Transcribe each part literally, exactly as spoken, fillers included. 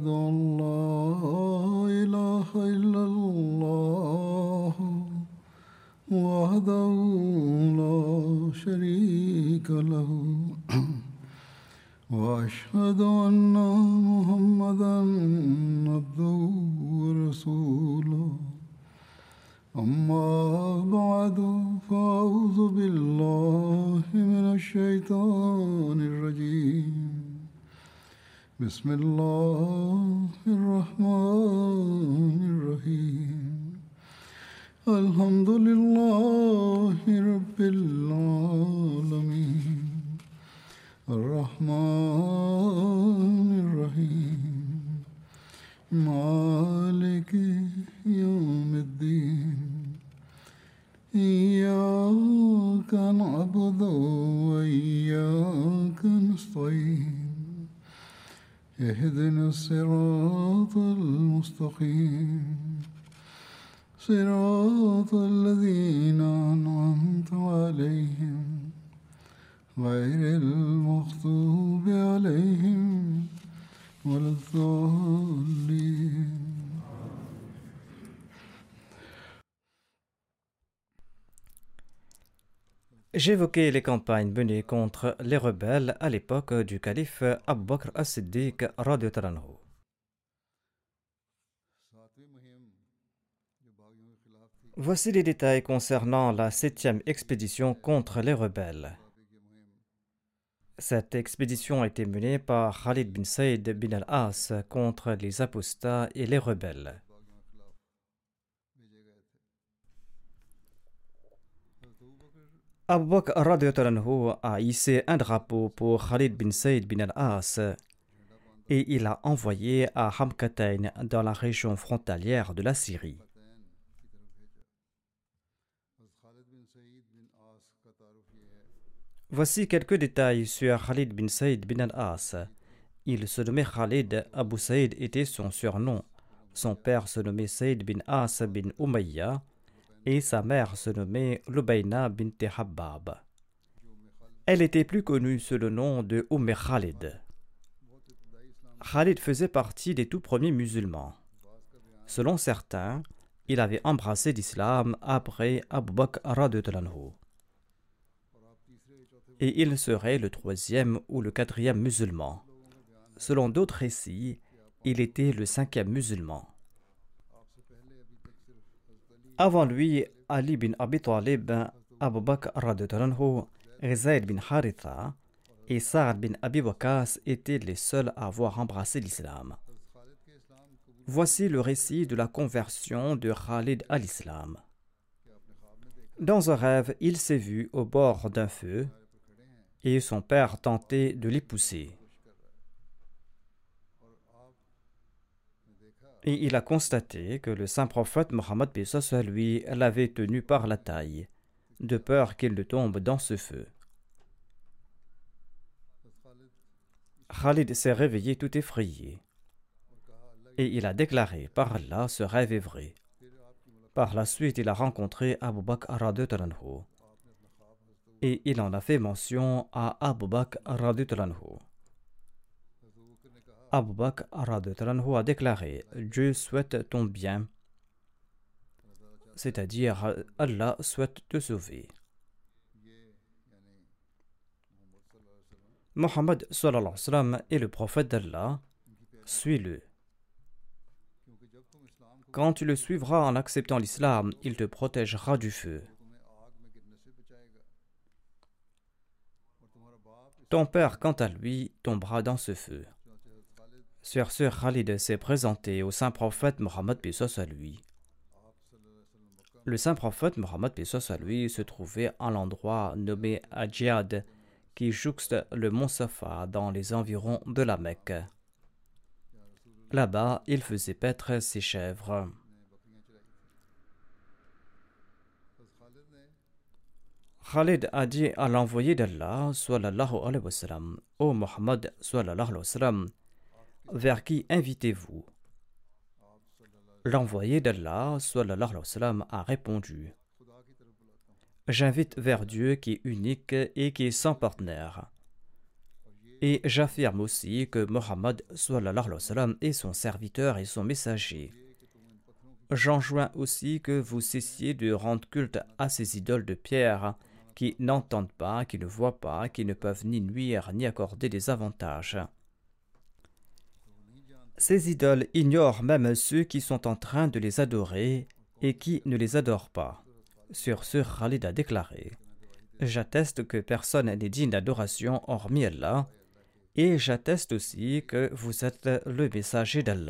أن لا إله إلا الله وحده لا شريك له وأشهد أن محمدا عبده ورسوله أما بعد فأعوذ بالله من الشيطان الرجيم بسم الله الرحمن الرحيم الحمد لله رب العالمين الرحمن الرحيم مالك يوم الدين إياك نعبد وإياك نستعين اهدنا الصراط المستقيم صراط الذين أنعمت عليهم غير المغضوب عليهم ولا الضالين. J'évoquais les campagnes menées contre les rebelles à l'époque du calife Abu Bakr as-Siddiq radiyallahu anhu. Voici les détails concernant la septième expédition contre les rebelles. Cette expédition a été menée par Khalid bin Saïd bin al-As contre les apostats et les rebelles. Abu Bakr radiyallahu anhu a hissé un drapeau pour Khalid bin Saïd bin al-As et il l'a envoyé à Hamkatayn dans la région frontalière de la Syrie. Voici quelques détails sur Khalid bin Saïd bin al-As. Il se nommait Khalid, Abu Saïd était son surnom. Son père se nommait Saïd bin As bin Umayya et sa mère se nommait Lubayna bint Habbab. Elle était plus connue sous le nom de Umm Khalid. Khalid faisait partie des tout premiers musulmans. Selon certains, il avait embrassé l'islam après Abu Bakr radiyallahu anhu. Et il serait le troisième ou le quatrième musulman. Selon d'autres récits, il était le cinquième musulman. Avant lui, Ali bin Abi Talib, Abu Bakr radiyallahu anhu, Zayd bin Haritha et Sa'd bin Abi Waqqas étaient les seuls à avoir embrassé l'islam. Voici le récit de la conversion de Khalid à l'islam. Dans un rêve, il s'est vu au bord d'un feu et son père tentait de l'y pousser. Et il a constaté que le saint prophète Mohammed lui l'avait tenu par la taille, de peur qu'il ne tombe dans ce feu. Khalid s'est réveillé tout effrayé. Et il a déclaré, par Allah, ce rêve est vrai. Par la suite, il a rencontré Abu Bakr radiyallahu anhu. Et il en a fait mention à Abu Bakr radiyallahu anhu. Abu Bakr radiyallahu anhu a déclaré « Dieu souhaite ton bien », c'est-à-dire Allah souhaite te sauver. Mohammed sallallahu alayhi wa sallam est le prophète d'Allah, suis-le. Quand tu le suivras en acceptant l'islam, il te protégera du feu. Ton père, quant à lui, tombera dans ce feu. Sur ce, Khalid s'est présenté au saint prophète Mohammed à lui. Le saint prophète Mohammed à lui se trouvait à l'endroit nommé Adjad, qui jouxte le mont Safa dans les environs de la Mecque. Là-bas, il faisait paître ses chèvres. Khalid a dit à l'envoyé d'Allah, sallallahu alayhi wa sallam, ô Mohammed, sallallahu alayhi wa sallam, vers qui invitez-vous? L'envoyé d'Allah, sallallahu alayhi wa sallam, a répondu, j'invite vers Dieu qui est unique et qui est sans partenaire. Et j'affirme aussi que Mohammed sallallahu alayhi wa sallam est son serviteur et son messager. J'enjoins aussi que vous cessiez de rendre culte à ces idoles de pierre qui n'entendent pas, qui ne voient pas, qui ne peuvent ni nuire ni accorder des avantages. Ces idoles ignorent même ceux qui sont en train de les adorer et qui ne les adorent pas. Sur ce, Khalid a déclaré « J'atteste que personne n'est digne d'adoration hormis Allah, et j'atteste aussi que vous êtes le messager d'Allah. »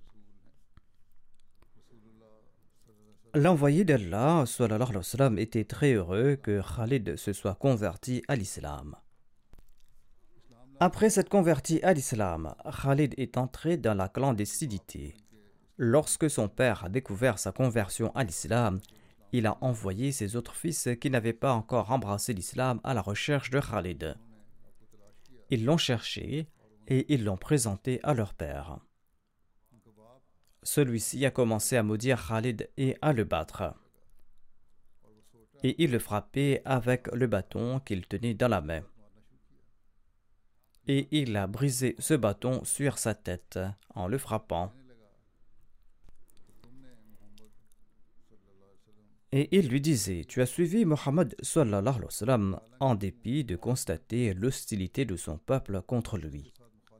L'envoyé d'Allah sallallahu alayhi wa sallam était très heureux que Khalid se soit converti à l'islam. Après s'être converti à l'islam, Khalid est entré dans la clandestinité. Lorsque son père a découvert sa conversion à l'islam, il a envoyé ses autres fils qui n'avaient pas encore embrassé l'islam à la recherche de Khalid. Ils l'ont cherché et ils l'ont présenté à leur père. Celui-ci a commencé à maudire Khalid et à le battre. Et il le frappait avec le bâton qu'il tenait dans la main. Et il a brisé ce bâton sur sa tête en le frappant. Et il lui disait « Tu as suivi Mohammed sallallahu alayhi wa sallam en dépit de constater l'hostilité de son peuple contre lui. »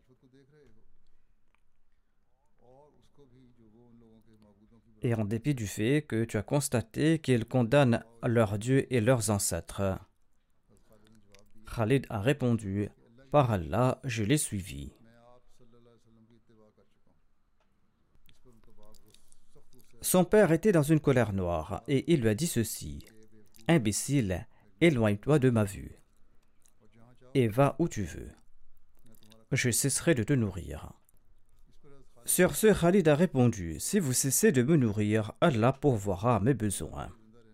Et en dépit du fait que tu as constaté qu'ils condamnent leurs dieux et leurs ancêtres. Khalid a répondu « Par Allah, je l'ai suivi. » Son père était dans une colère noire et il lui a dit ceci « Imbécile, éloigne-toi de ma vue et va où tu veux. Je cesserai de te nourrir. » Sur ce, Khalid a répondu « Si vous cessez de me nourrir, Allah pourvoira mes besoins. »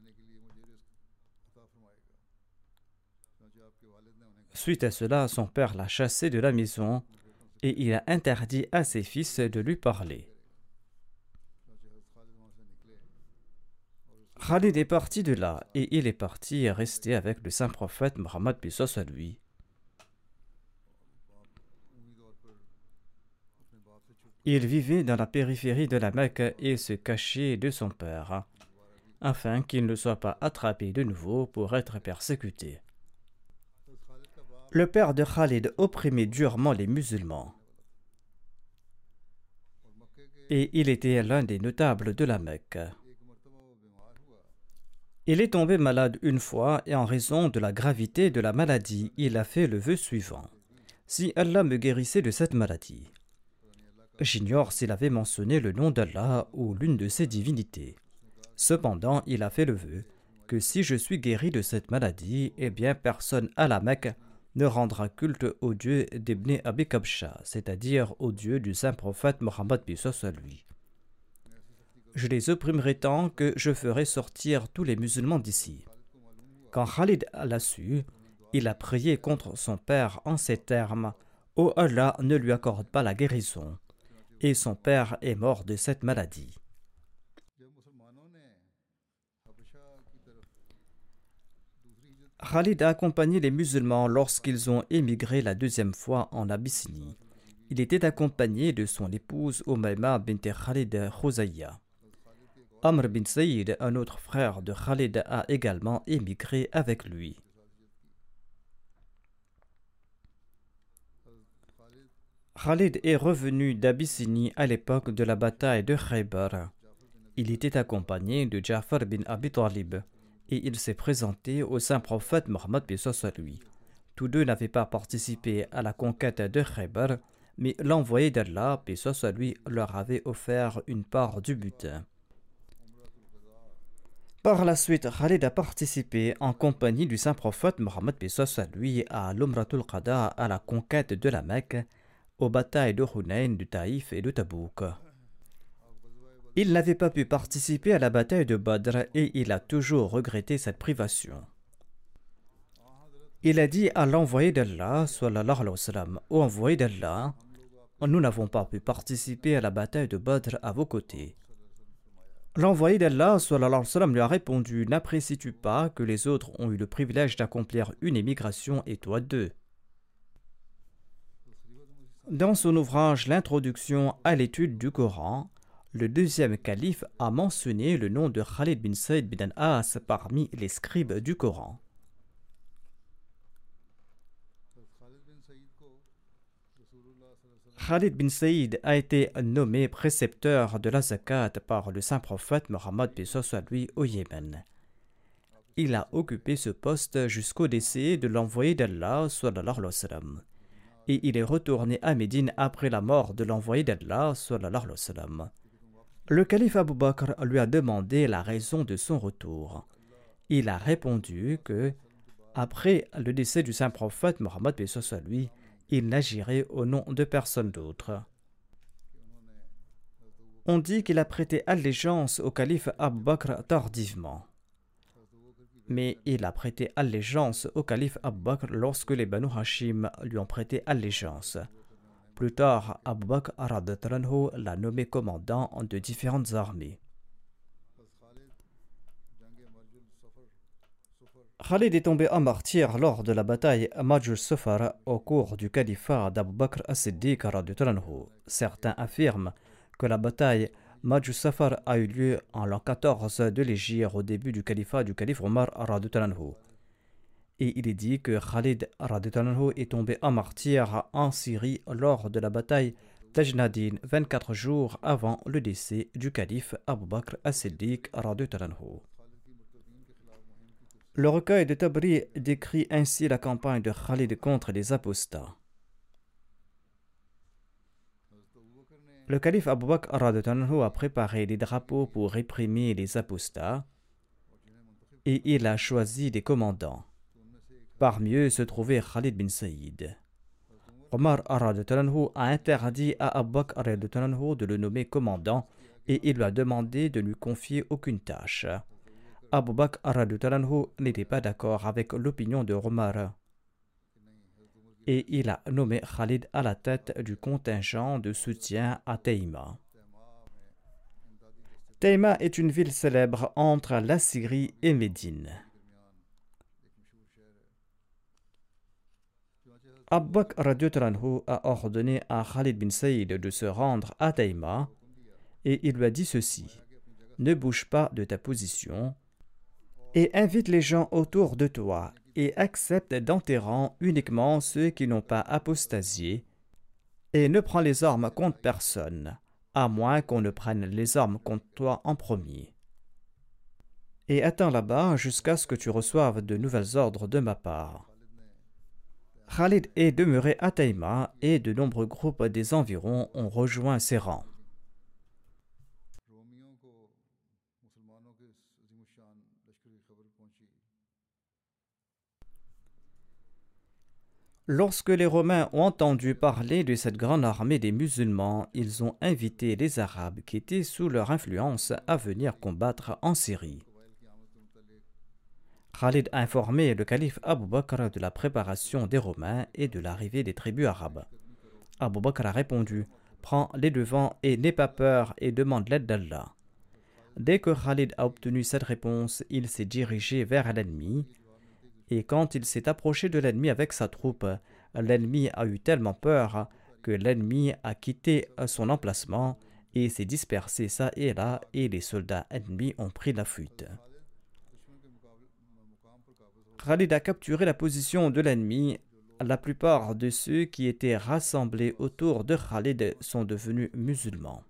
Suite à cela, son père l'a chassé de la maison et il a interdit à ses fils de lui parler. Khalid est parti de là et il est parti rester avec le saint prophète Mohammed paix soit sur lui. Il vivait dans la périphérie de la Mecque et se cachait de son père, afin qu'il ne soit pas attrapé de nouveau pour être persécuté. Le père de Khalid opprimait durement les musulmans. Et il était l'un des notables de la Mecque. Il est tombé malade une fois et en raison de la gravité de la maladie, il a fait le vœu suivant. Si Allah me guérissait de cette maladie. J'ignore s'il avait mentionné le nom d'Allah ou l'une de ses divinités. Cependant, il a fait le vœu que si je suis guéri de cette maladie, eh bien personne à la Mecque ne rendra culte au Dieu d'Ibn Abi Kabsha, c'est-à-dire au Dieu du saint prophète Mohammed paix soit sur lui. Je les opprimerai tant que je ferai sortir tous les musulmans d'ici. Quand Khalid l'a su, il a prié contre son père en ces termes « Oh Allah, ne lui accorde pas la guérison ». Et son père est mort de cette maladie. Khalid a accompagné les musulmans lorsqu'ils ont émigré la deuxième fois en Abyssinie. Il était accompagné de son épouse Umayma bint Khalid Khuzayya. Amr bin Saïd, un autre frère de Khalid, a également émigré avec lui. Khalid est revenu d'Abyssinie à l'époque de la bataille de Khaybar. Il était accompagné de Ja'far bin Abi Talib et il s'est présenté au saint prophète Mohammed paix soit sur lui. Tous deux n'avaient pas participé à la conquête de Khaybar, mais l'envoyé d'Allah paix soit sur lui leur avait offert une part du butin. Par la suite, Khalid a participé en compagnie du saint prophète Mohammed paix soit sur lui à l'Umratul Qada, à la conquête de la Mecque, aux batailles de Hunayn, de Taïf et de Tabouk. Il n'avait pas pu participer à la bataille de Badr et il a toujours regretté cette privation. Il a dit à l'envoyé d'Allah, sallallahu alayhi wa sallam, ô envoyé d'Allah, nous n'avons pas pu participer à la bataille de Badr à vos côtés. L'envoyé d'Allah, sallallahu alayhi wa sallam, lui a répondu, n'apprécies-tu pas que les autres ont eu le privilège d'accomplir une émigration et toi deux? Dans son ouvrage L'introduction à l'étude du Coran, le deuxième calife a mentionné le nom de Khalid bin Saïd bin As parmi les scribes du Coran. Khalid bin Saïd a été nommé précepteur de la zakat par le saint prophète Mohammed soit lui au Yémen. Il a occupé ce poste jusqu'au décès de l'envoyé d'Allah sallallahu alayhi wa sallam. Et il est retourné à Médine après la mort de l'envoyé d'Allah sallallahu alayhi wa sallam. Le calife Abu Bakr lui a demandé la raison de son retour. Il a répondu que, après le décès du saint prophète Mohammed soit lui, il n'agirait au nom de personne d'autre. On dit qu'il a prêté allégeance au calife Abu Bakr tardivement. Mais il a prêté allégeance au calife Abu Bakr lorsque les Banu Hashim lui ont prêté allégeance. Plus tard, Abu Bakr l'a nommé commandant de différentes armées. Khalid est tombé en martyr lors de la bataille Majul Safar au cours du califat d'Abu Bakr as-Siddiq. Certains affirment que la bataille Majul Safar a eu lieu en l'an quatorze de l'Hégire au début du califat du calife Omar. Et il est dit que Khalid est tombé en martyr en Syrie lors de la bataille Tajnadin vingt-quatre jours avant le décès du calife Abu Bakr as-Siddiq. Le recueil de Tabri décrit ainsi la campagne de Khalid contre les apostats. Le calife Abu Bakr a préparé des drapeaux pour réprimer les apostats et il a choisi des commandants. Parmi eux se trouvait Khalid bin Saïd. Omar a interdit à Abu Bakr de le nommer commandant et il lui a demandé de lui confier aucune tâche. Abu Bakr n'était pas d'accord avec l'opinion de Omar et il a nommé Khalid à la tête du contingent de soutien à Taïma. Taïma est une ville célèbre entre la Syrie et Médine. Abu Bakr a ordonné à Khalid bin Saïd de se rendre à Taïma et il lui a dit ceci: ne bouge pas de ta position et invite les gens autour de toi et accepte dans tes rangs uniquement ceux qui n'ont pas apostasié et ne prends les armes contre personne, à moins qu'on ne prenne les armes contre toi en premier. Et attends là-bas jusqu'à ce que tu reçoives de nouvelles ordres de ma part. Khalid est demeuré à Taïma et de nombreux groupes des environs ont rejoint ses rangs. Lorsque les Romains ont entendu parler de cette grande armée des musulmans, ils ont invité les Arabes qui étaient sous leur influence à venir combattre en Syrie. Khalid a informé le calife Abu Bakr de la préparation des Romains et de l'arrivée des tribus arabes. Abu Bakr a répondu: prends les devants et n'aie pas peur et demande l'aide d'Allah. Dès que Khalid a obtenu cette réponse, il s'est dirigé vers l'ennemi. Et quand il s'est approché de l'ennemi avec sa troupe, l'ennemi a eu tellement peur que l'ennemi a quitté son emplacement et s'est dispersé ça et là, et les soldats ennemis ont pris la fuite. Khalid a capturé la position de l'ennemi. La plupart de ceux qui étaient rassemblés autour de Khalid sont devenus musulmans.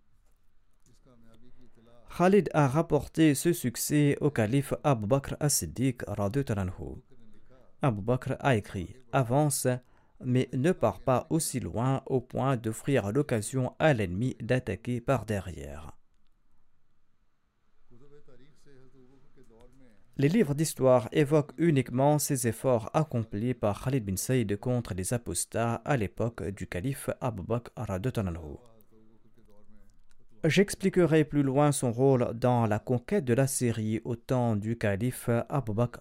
Khalid a rapporté ce succès au calife Abu Bakr as-Siddiq. Abu Bakr a écrit: avance, mais ne pars pas aussi loin au point d'offrir l'occasion à l'ennemi d'attaquer par derrière. Les livres d'histoire évoquent uniquement ces efforts accomplis par Khalid bin Saïd contre les apostats à l'époque du calife Abu Bakr. J'expliquerai plus loin son rôle dans la conquête de la Syrie au temps du calife Abu Bakr.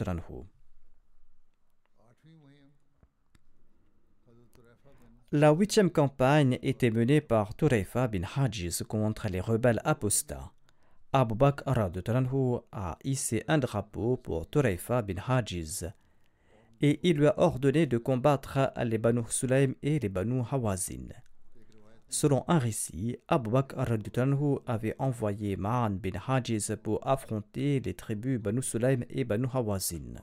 La huitième campagne était menée par Turayfa bin Hajiz contre les rebelles apostats. Abu Bakr a hissé un drapeau pour Turayfa bin Hajiz et il lui a ordonné de combattre les Banu Sulaym et les Banu Hawazin. Selon un récit, Abu Bakr avait envoyé Ma'an bin Hajiz pour affronter les tribus Banu Sulaym et Banu Hawazin.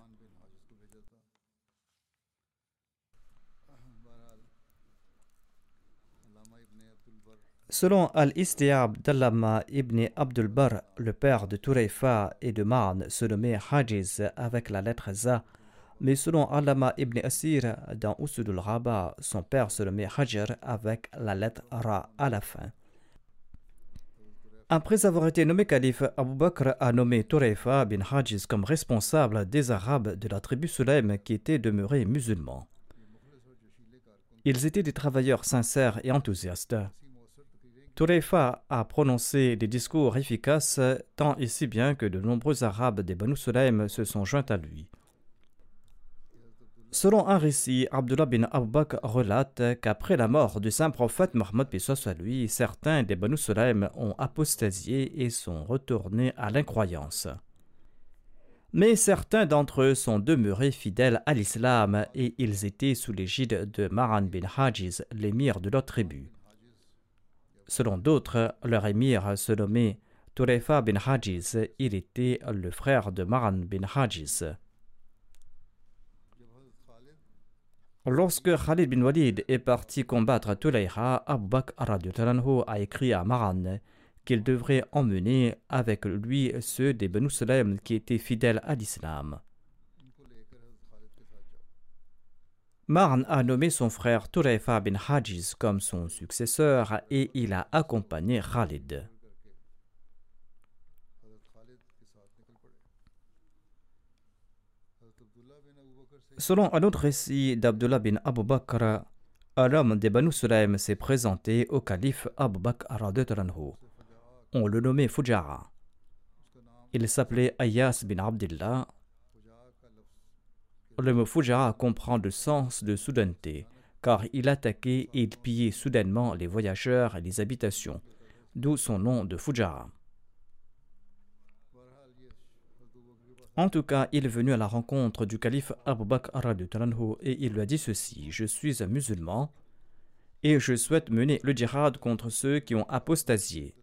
Selon Al-Istiab d'Allama ibn Abdul Barr, le père de Turayfa et de Ma'an se nommait Hajiz avec la lettre Za, mais selon Allama ibn Asir dans Usud al-Ghaba, son père se nommait Hajar avec la lettre Ra à la fin. Après avoir été nommé calife, Abu Bakr a nommé Turayfa bin Hajiz comme responsable des Arabes de la tribu Sulaym qui étaient demeurés musulmans. Ils étaient des travailleurs sincères et enthousiastes. Turayfa a prononcé des discours efficaces tant et si bien que de nombreux Arabes des Banu Sulaym se sont joints à lui. Selon un récit, Abdullah bin Abu Bakr relate qu'après la mort du saint prophète Mohammed à lui, certains des Banu Sulaym ont apostasié et sont retournés à l'incroyance. Mais certains d'entre eux sont demeurés fidèles à l'islam et ils étaient sous l'égide de Ma'an bin Hajiz, l'émir de leur tribu. Selon d'autres, leur émir se nommait Turayfa bin Hajiz, il était le frère de Ma'an bin Hajiz. Lorsque Khalid bin Walid est parti combattre Tulayha, Abu Bakr a écrit à Ma'an qu'il devrait emmener avec lui ceux des Banu Sulaym qui étaient fidèles à l'islam. Ma'an a nommé son frère Turayfa bin Hajiz comme son successeur et il a accompagné Khalid. Selon un autre récit d'Abdullah bin Abu Bakr, un homme des Banu Sulaym s'est présenté au calife Abu Bakr. On le nommait Fuja'a. Il s'appelait Ayas bin Abdillah. Le mot Fuja'a comprend le sens de soudaineté, car il attaquait et il pillait soudainement les voyageurs et les habitations, d'où son nom de Fuja'a. En tout cas, il est venu à la rencontre du calife Abu Bakr et il lui a dit ceci: je suis un musulman et je souhaite mener le djihad contre ceux qui ont apostasié.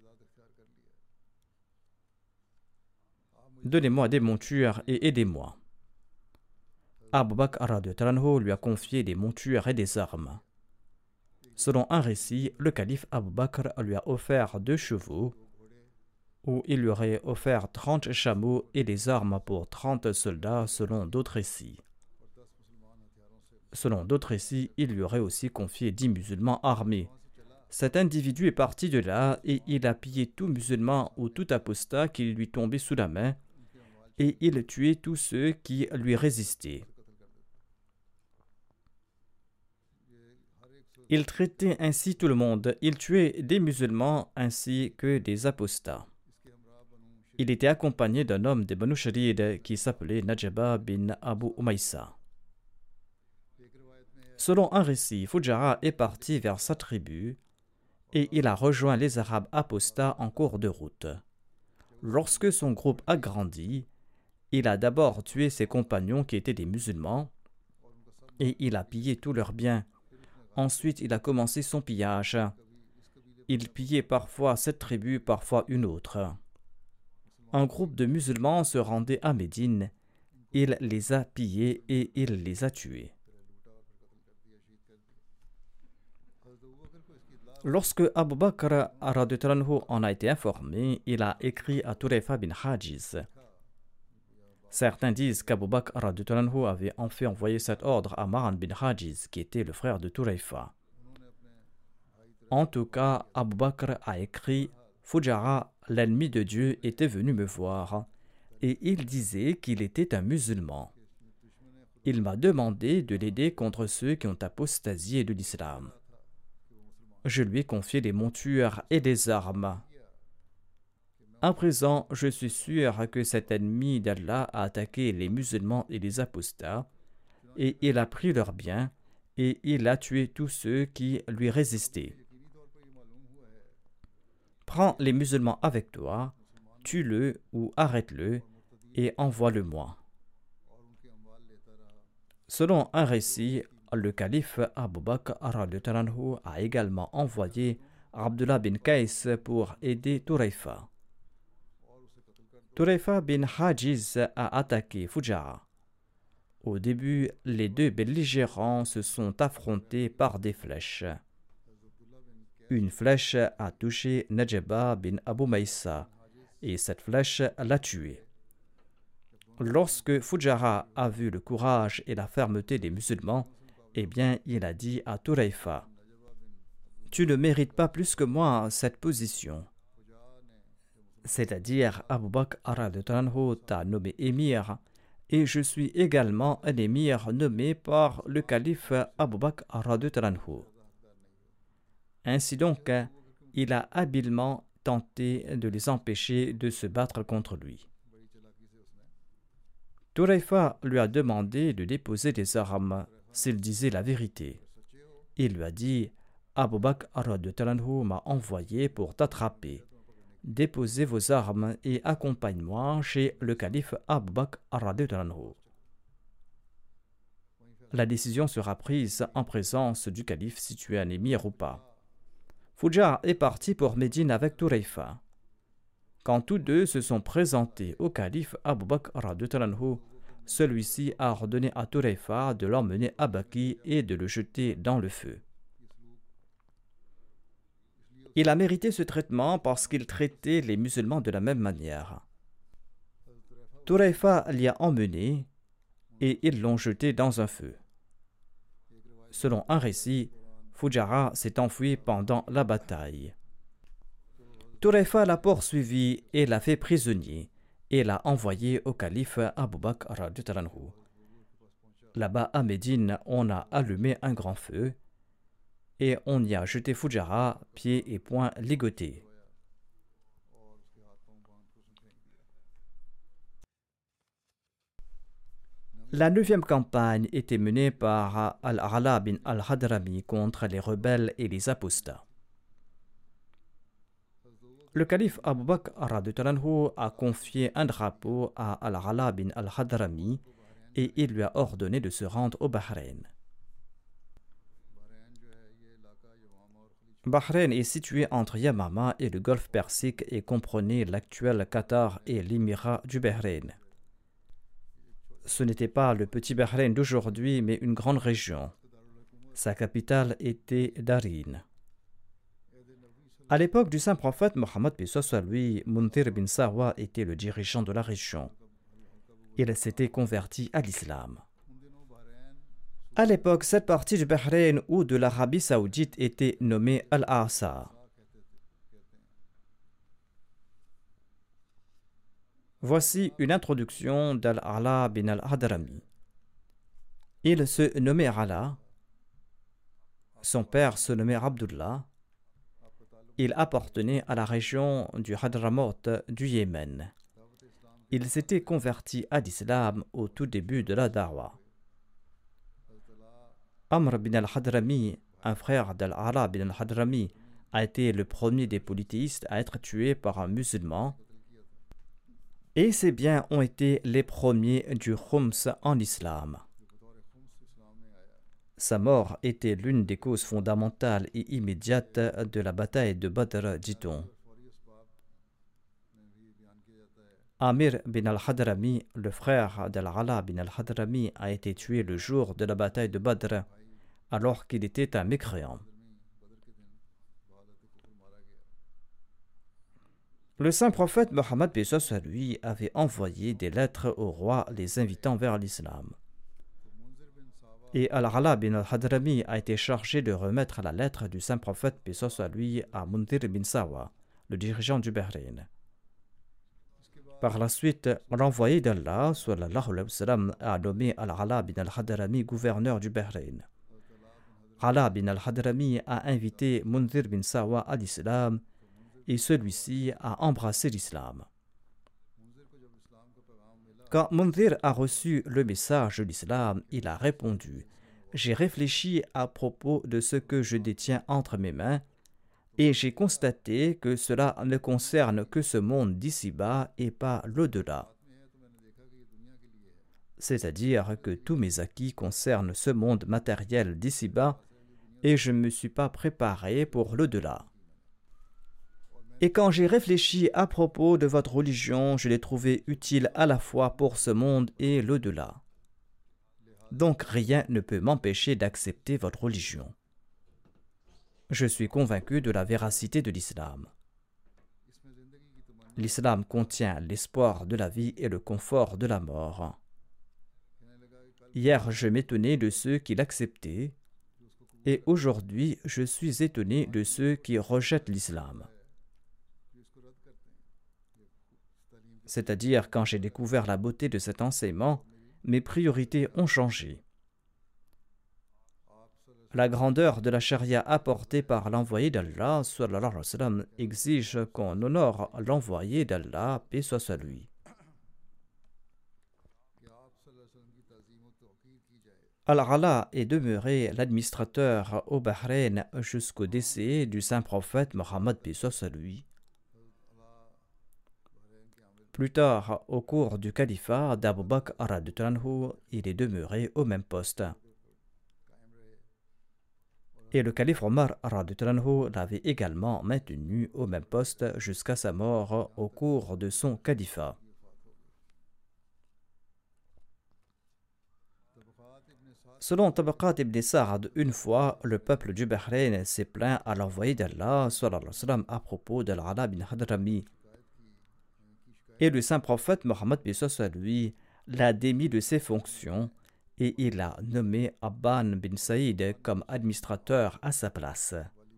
Donnez-moi des montures et aidez-moi. Abu Bakr lui a confié des montures et des armes. Selon un récit, le calife Abu Bakr lui a offert deux chevaux, où il lui aurait offert trente chameaux et des armes pour trente soldats selon d'autres récits. Selon d'autres récits, il lui aurait aussi confié dix musulmans armés. Cet individu est parti de là et il a pillé tout musulman ou tout apostat qui lui tombait sous la main et il tuait tous ceux qui lui résistaient. Il traitait ainsi tout le monde. Il tuait des musulmans ainsi que des apostats. Il était accompagné d'un homme des Banu Sharid qui s'appelait Najaba bin Abu Umaysa. Selon un récit, Fuja'a est parti vers sa tribu et il a rejoint les Arabes apostats en cours de route. Lorsque son groupe a grandi, il a d'abord tué ses compagnons qui étaient des musulmans et il a pillé tous leurs biens. Ensuite, il a commencé son pillage. Il pillait parfois cette tribu, parfois une autre. Un groupe de musulmans se rendait à Médine. Il les a pillés et il les a tués. Lorsque Abu Bakr en a été informé, il a écrit à Turayfa bin Hajiz. Certains disent qu'Abu Bakr avait en fait envoyé cet ordre à Ma'an bin Hajiz, qui était le frère de Turayfa. En tout cas, Abu Bakr a écrit: Fuja'a, l'ennemi de Dieu, était venu me voir et il disait qu'il était un musulman. Il m'a demandé de l'aider contre ceux qui ont apostasié de l'islam. Je lui ai confié des montures et des armes. À présent, je suis sûr que cet ennemi d'Allah a attaqué les musulmans et les apostats, et il a pris leurs biens, et il a tué tous ceux qui lui résistaient. Prends les musulmans avec toi, tue-le ou arrête-le, et envoie-le-moi. Selon un récit, le calife Abu Bakr radhiyallahu anhu a également envoyé Abdullah bin Qays pour aider Turayfa. Turayfa bin Hajiz a attaqué Fuja'a. Au début, les deux belligérants se sont affrontés par des flèches. Une flèche a touché Najaba bin Abu Maïssa et cette flèche l'a tué. Lorsque Fuja'a a vu le courage et la fermeté des musulmans, eh bien, il a dit à Turayfa: tu ne mérites pas plus que moi cette position. C'est-à-dire, Abu Bakr radhiyallahu anhu t'a nommé émir, et je suis également un émir nommé par le calife Abu Bakr radhiyallahu anhu. Ainsi donc, il a habilement tenté de les empêcher de se battre contre lui. Turayfa lui a demandé de déposer des armes s'il disait la vérité. Il lui a dit: Abu Bakr radhiyallahu anhu m'a envoyé pour t'attraper. Déposez vos armes et accompagne-moi chez le calife Abu Bakr radhiyallahu anhu. La décision sera prise en présence du calife si tu es un émir ou pas. Fuja'a est parti pour Médine avec Turayfa. Quand tous deux se sont présentés au calife Abu Bakr radhiyallahu anhu, celui-ci a ordonné à Turayfa de l'emmener à Baki et de le jeter dans le feu. Il a mérité ce traitement parce qu'il traitait les musulmans de la même manière. Turayfa l'y a emmené et ils l'ont jeté dans un feu. Selon un récit, Fuja'a s'est enfui pendant la bataille. Turayfa l'a poursuivi et l'a fait prisonnier et l'a envoyé au calife Abu Bakr radhiyallahu anhu. Là-bas à Médine, on a allumé un grand feu et on y a jeté Fuja'a, pieds et poings ligotés. La neuvième campagne était menée par Al-Ala bin al-Hadrami contre les rebelles et les apostats. Le calife Abu Bakr radhiyallahu anhu a confié un drapeau à Al-Ala bin al-Hadrami et il lui a ordonné de se rendre au Bahreïn. Bahreïn est situé entre Yamama et le golfe Persique et comprenait l'actuel Qatar et l'émirat du Bahreïn. Ce n'était pas le petit Bahreïn d'aujourd'hui, mais une grande région. Sa capitale était Darin. À l'époque du saint prophète Mohammed, paix soit lui, Munzir bin Sawa était le dirigeant de la région. Il s'était converti à l'islam. À l'époque, cette partie du Bahreïn ou de l'Arabie saoudite était nommée Al-Asa. Voici une introduction d'Al-Ala bin al-Hadrami. Il se nommait Ala. Son père se nommait Abdullah. Il appartenait à la région du Hadramaut du Yémen. Il s'était converti à l'islam au tout début de la Dawa. Amr bin al-Hadrami, un frère d'Al-Ala bin al-Hadrami, a été le premier des polythéistes à être tué par un musulman. Et ses biens ont été les premiers du Khums en islam. Sa mort était l'une des causes fondamentales et immédiates de la bataille de Badr, dit-on. Amir bin al-Hadrami, le frère d'Al-Ala bin al-Hadrami, a été tué le jour de la bataille de Badr, alors qu'il était un mécréant. Le saint prophète Mohammed, paix soit sur lui, avait envoyé des lettres au roi les invitant vers l'islam. Et Al-Ala bin al-Hadrami a été chargé de remettre la lettre du saint prophète, paix soit sur lui, à Munzir bin Sawa, le dirigeant du Bahreïn. Par la suite, l'envoyé d'Allah, sallallahu alayhi wa sallam, a nommé Al-Ala bin al-Hadrami gouverneur du Bahreïn. Ala bin al-Hadrami a invité Munzir bin Sawa à l'islam et celui-ci a embrassé l'islam. Quand Munzir a reçu le message de l'islam, il a répondu: j'ai réfléchi à propos de ce que je détiens entre mes mains et j'ai constaté que cela ne concerne que ce monde d'ici-bas et pas l'au-delà. c'est-à-dire que tous mes acquis concernent ce monde matériel d'ici-bas et je ne me suis pas préparé pour l'au-delà. Et quand j'ai réfléchi à propos de votre religion, je l'ai trouvée utile à la fois pour ce monde et l'au-delà. Donc rien ne peut m'empêcher d'accepter votre religion. Je suis convaincu de la véracité de l'islam. L'islam contient l'espoir de la vie et le confort de la mort. Hier, je m'étonnais de ceux qui l'acceptaient, et aujourd'hui, je suis étonné de ceux qui rejettent l'islam. C'est-à-dire, quand j'ai découvert la beauté de cet enseignement, mes priorités ont changé. La grandeur de la charia apportée par l'envoyé d'Allah, sallallahu alayhi wa sallam, exige qu'on honore l'envoyé d'Allah, paix soit sur lui. Al-Ala est demeuré l'administrateur au Bahreïn jusqu'au décès du saint prophète Mohammed, paix soit sur lui. Plus tard, au cours du califat d'Abu Bakr radhiyallahu anhu, il est demeuré au même poste. Et le calife Omar radhiyallahu anhu l'avait également maintenu au même poste jusqu'à sa mort au cours de son califat. Selon Tabaqat ibn Sa'd, une fois, le peuple du Bahreïn s'est plaint à l'envoyé d'Allah sallallahu alayhi wa sallam à propos d'Al-Ala bin Hadrami. Et le saint prophète Mohammed lui l'a démis de ses fonctions et il a nommé Abban bin Saïd comme administrateur à sa place.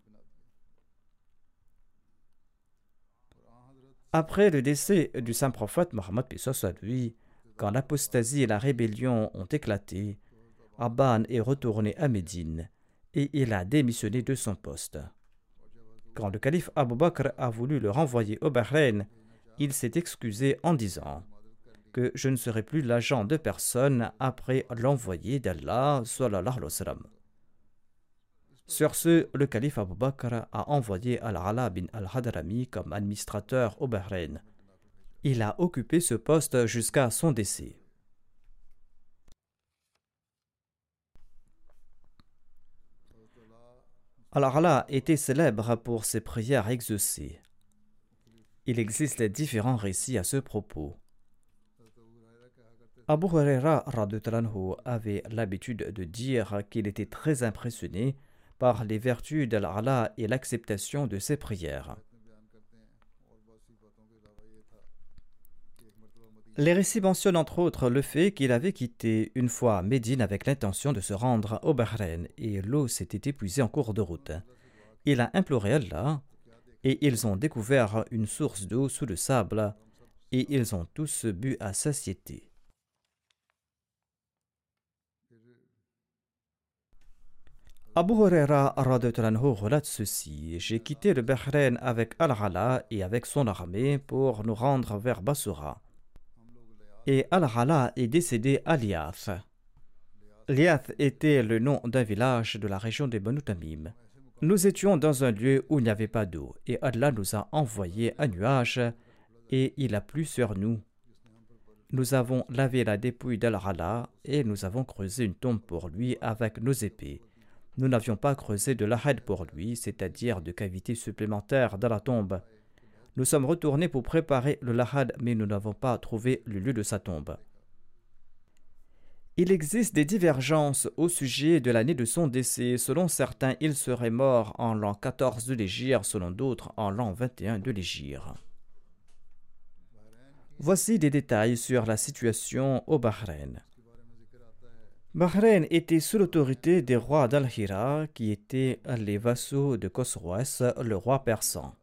Après le décès du saint prophète Mohammed lui, quand l'apostasie et la rébellion ont éclaté, Abban est retourné à Médine et il a démissionné de son poste. Quand le calife Abu Bakr a voulu le renvoyer au Bahreïn, il s'est excusé en disant que je ne serai plus l'agent de personne après l'envoyé d'Allah sallallahu alayhi wa sallam. Sur ce, le calife Abu Bakr a envoyé Al-Ala bin al-Hadrami comme administrateur au Bahreïn. Il a occupé ce poste jusqu'à son décès. Al-Ala était célèbre pour ses prières exaucées. Il existe différents récits à ce propos. Abu Huraira radhiyallahu anhu avait l'habitude de dire qu'il était très impressionné par les vertus d'Al-Ala et l'acceptation de ses prières. Les récits mentionnent entre autres le fait qu'il avait quitté une fois Médine avec l'intention de se rendre au Bahreïn et l'eau s'était épuisée en cours de route. Il a imploré Allah et ils ont découvert une source d'eau sous le sable et ils ont tous bu à satiété. Abu Huraira radhiyallahu anhu relate ceci: j'ai quitté le Bahreïn avec Al-Ala et avec son armée pour nous rendre vers Basra. Et Al-Ala est décédé à Liath. Liath était le nom d'un village de la région des Banu Tamim. Nous étions dans un lieu où il n'y avait pas d'eau et Allah nous a envoyé un nuage et il a plu sur nous. Nous avons lavé la dépouille d'Al-Ala et nous avons creusé une tombe pour lui avec nos épées. Nous n'avions pas creusé de lahad pour lui, c'est-à-dire de cavité supplémentaire dans la tombe. Nous sommes retournés pour préparer le lahad, mais nous n'avons pas trouvé le lieu de sa tombe. Il existe des divergences au sujet de l'année de son décès. Selon certains, il serait mort en l'an quatorze de l'Hégire, selon d'autres en l'an vingt et un de l'Hégire. Voici des détails sur la situation au Bahreïn. Bahreïn était sous l'autorité des rois d'Al-Hira, qui étaient les vassaux de Khosroès, le roi persan.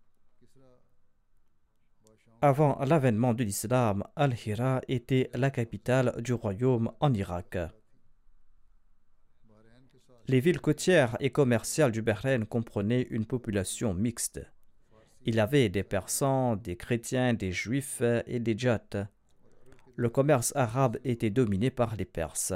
Avant l'avènement de l'islam, Al-Hira était la capitale du royaume en Irak. Les villes côtières et commerciales du Bahreïn comprenaient une population mixte. Il y avait des Persans, des chrétiens, des juifs et des djates. Le commerce arabe était dominé par les Perses.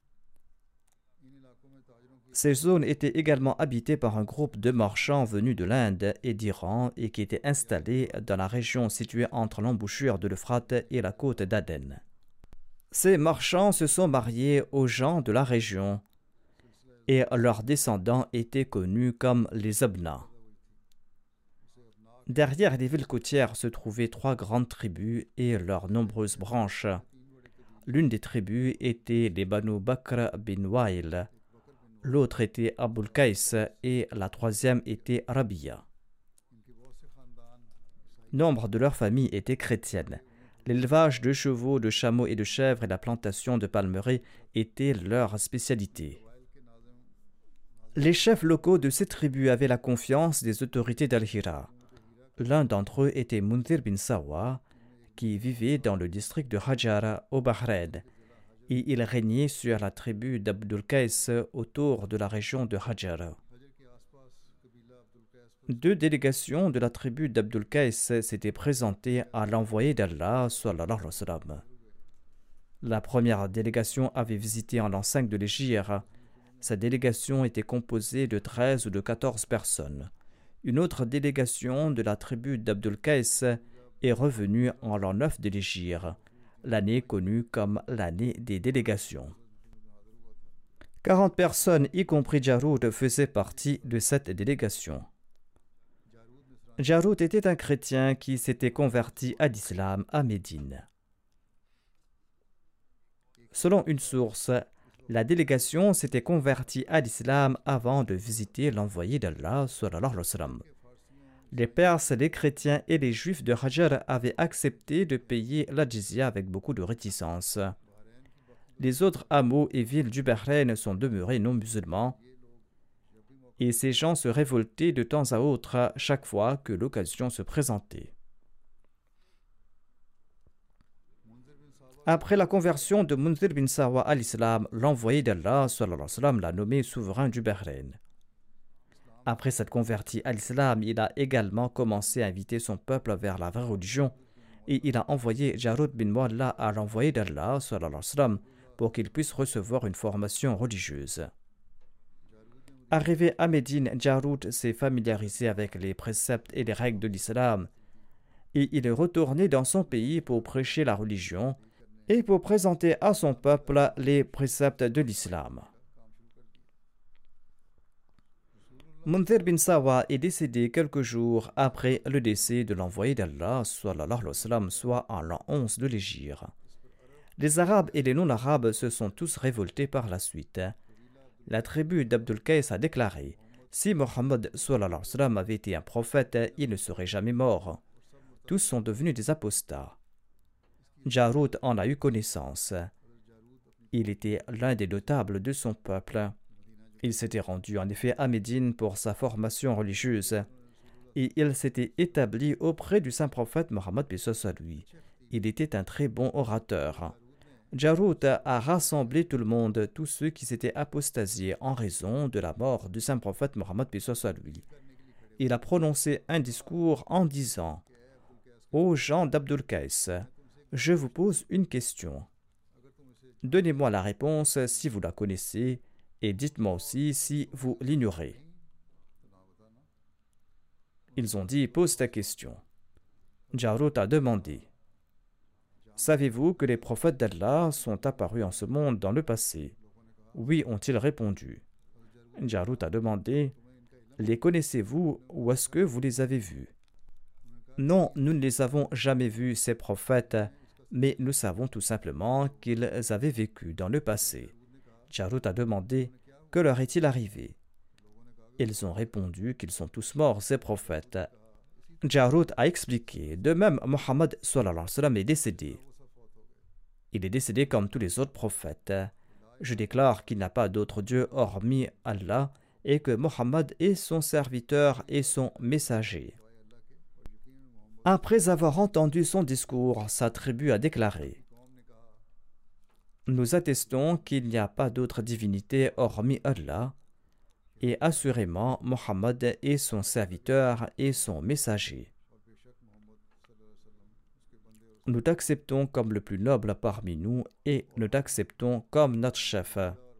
Ces zones étaient également habitées par un groupe de marchands venus de l'Inde et d'Iran et qui étaient installés dans la région située entre l'embouchure de l'Euphrate et la côte d'Aden. Ces marchands se sont mariés aux gens de la région et leurs descendants étaient connus comme les Abna. Derrière les villes côtières se trouvaient trois grandes tribus et leurs nombreuses branches. L'une des tribus était les Banu Bakr bin Wa'il, l'autre était Abul Qays et la troisième était Rabi'a. Nombre de leurs familles étaient chrétiennes. L'élevage de chevaux, de chameaux et de chèvres et la plantation de palmeraies étaient leur spécialité. Les chefs locaux de ces tribus avaient la confiance des autorités d'Al-Hira. L'un d'entre eux était Munzir bin Sawa, qui vivait dans le district de Hajara au Bahreïn, et il régnait sur la tribu d'Abdul Qays autour de la région de Hajara. Deux délégations de la tribu d'Abdul Qays s'étaient présentées à l'envoyé d'Allah, sallallahu alayhi wa sallam. La première délégation avait visité en l'an cinq de l'Hégire. Sa délégation était composée de treize ou de quatorze personnes. Une autre délégation de la tribu d'Abdul Qays est revenue en l'an neuf de l'Hégire, l'année connue comme l'année des délégations. quarante personnes, y compris Jarout, faisaient partie de cette délégation. Jarout était un chrétien qui s'était converti à l'islam à Médine. Selon une source, la délégation s'était convertie à l'islam avant de visiter l'envoyé d'Allah, sallallahu alayhi wa sallam. Les Perses, les chrétiens et les juifs de Hajar avaient accepté de payer la jizya avec beaucoup de réticence. Les autres hameaux et villes du Bahreïn sont demeurés non musulmans et ces gens se révoltaient de temps à autre chaque fois que l'occasion se présentait. Après la conversion de Munzir bin Sawa à l'islam, l'envoyé d'Allah sallallahu alayhi wa sallam l'a nommé souverain du Bahreïn. Après s'être converti à l'islam, il a également commencé à inviter son peuple vers la vraie religion et il a envoyé Jarout bin Mu'alla à l'envoyé d'Allah sallallahu alayhi wa sallam pour qu'il puisse recevoir une formation religieuse. Arrivé à Médine, Jarout s'est familiarisé avec les préceptes et les règles de l'islam et il est retourné dans son pays pour prêcher la religion et pour présenter à son peuple les préceptes de l'islam. Munzir bin Sawa est décédé quelques jours après le décès de l'envoyé d'Allah, sallallahu alayhi wa sallam, soit en l'an onze de l'Hégire. Les Arabes et les non-Arabes se sont tous révoltés par la suite. La tribu d'Abdul Qays a déclaré: si Mohammed sallallahu alayhi wa sallam avait été un prophète, il ne serait jamais mort. Tous sont devenus des apostats. Jarout en a eu connaissance. Il était l'un des notables de son peuple. Il s'était rendu en effet à Médine pour sa formation religieuse et il s'était établi auprès du saint prophète Mohammed paix soit sur lui. Il était un très bon orateur. Jarout a rassemblé tout le monde, tous ceux qui s'étaient apostasiés en raison de la mort du saint prophète Mohammed paix soit sur lui. Il a prononcé un discours en disant: Ô gens d'Abdul Qays, je vous pose une question. Donnez-moi la réponse si vous la connaissez et dites-moi aussi si vous l'ignorez. Ils ont dit: pose ta question. Jarout a demandé: savez-vous que les prophètes d'Allah sont apparus en ce monde dans le passé? Oui, ont-ils répondu. Jarout a demandé: les connaissez-vous ou est-ce que vous les avez vus? Non, nous ne les avons jamais vus, ces prophètes, mais nous savons tout simplement qu'ils avaient vécu dans le passé. Jarout a demandé: que leur est-il arrivé? Ils ont répondu qu'ils sont tous morts, ces prophètes. Jarout a expliqué: de même, Mohammed sallallahu alayhi wa sallam est décédé. Il est décédé comme tous les autres prophètes. Je déclare qu'il n'y a pas d'autre Dieu hormis Allah et que Mohammed est son serviteur et son messager. Après avoir entendu son discours, sa tribu a déclaré: nous attestons qu'il n'y a pas d'autre divinité hormis Allah, et assurément Mohammed est son serviteur et son messager. Nous t'acceptons comme le plus noble parmi nous et nous t'acceptons comme notre chef.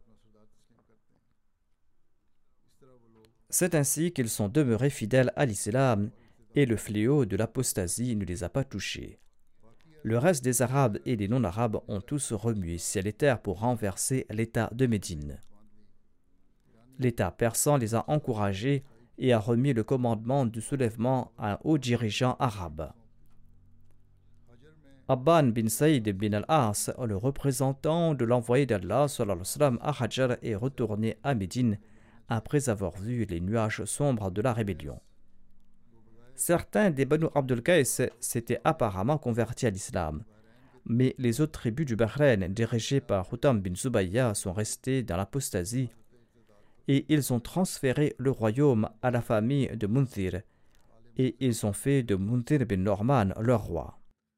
C'est ainsi qu'ils sont demeurés fidèles à l'islam et le fléau de l'apostasie ne les a pas touchés. Le reste des Arabes et des non-Arabes ont tous remué ciel et terre pour renverser l'État de Médine. L'État persan les a encouragés et a remis le commandement du soulèvement à un haut dirigeant arabe. Abban bin Saïd bin al-As, le représentant de l'envoyé d'Allah sallallahu alayhi wa sallam à Hajar, est retourné à Médine après avoir vu les nuages sombres de la rébellion. Certains des Banu Abdul Qais s'étaient apparemment convertis à l'islam, mais les autres tribus du Bahreïn, dirigées par Hutam bin Zubayya, sont restées dans l'apostasie et ils ont transféré le royaume à la famille de Munzir et ils ont fait de Munzir bin Norman leur roi.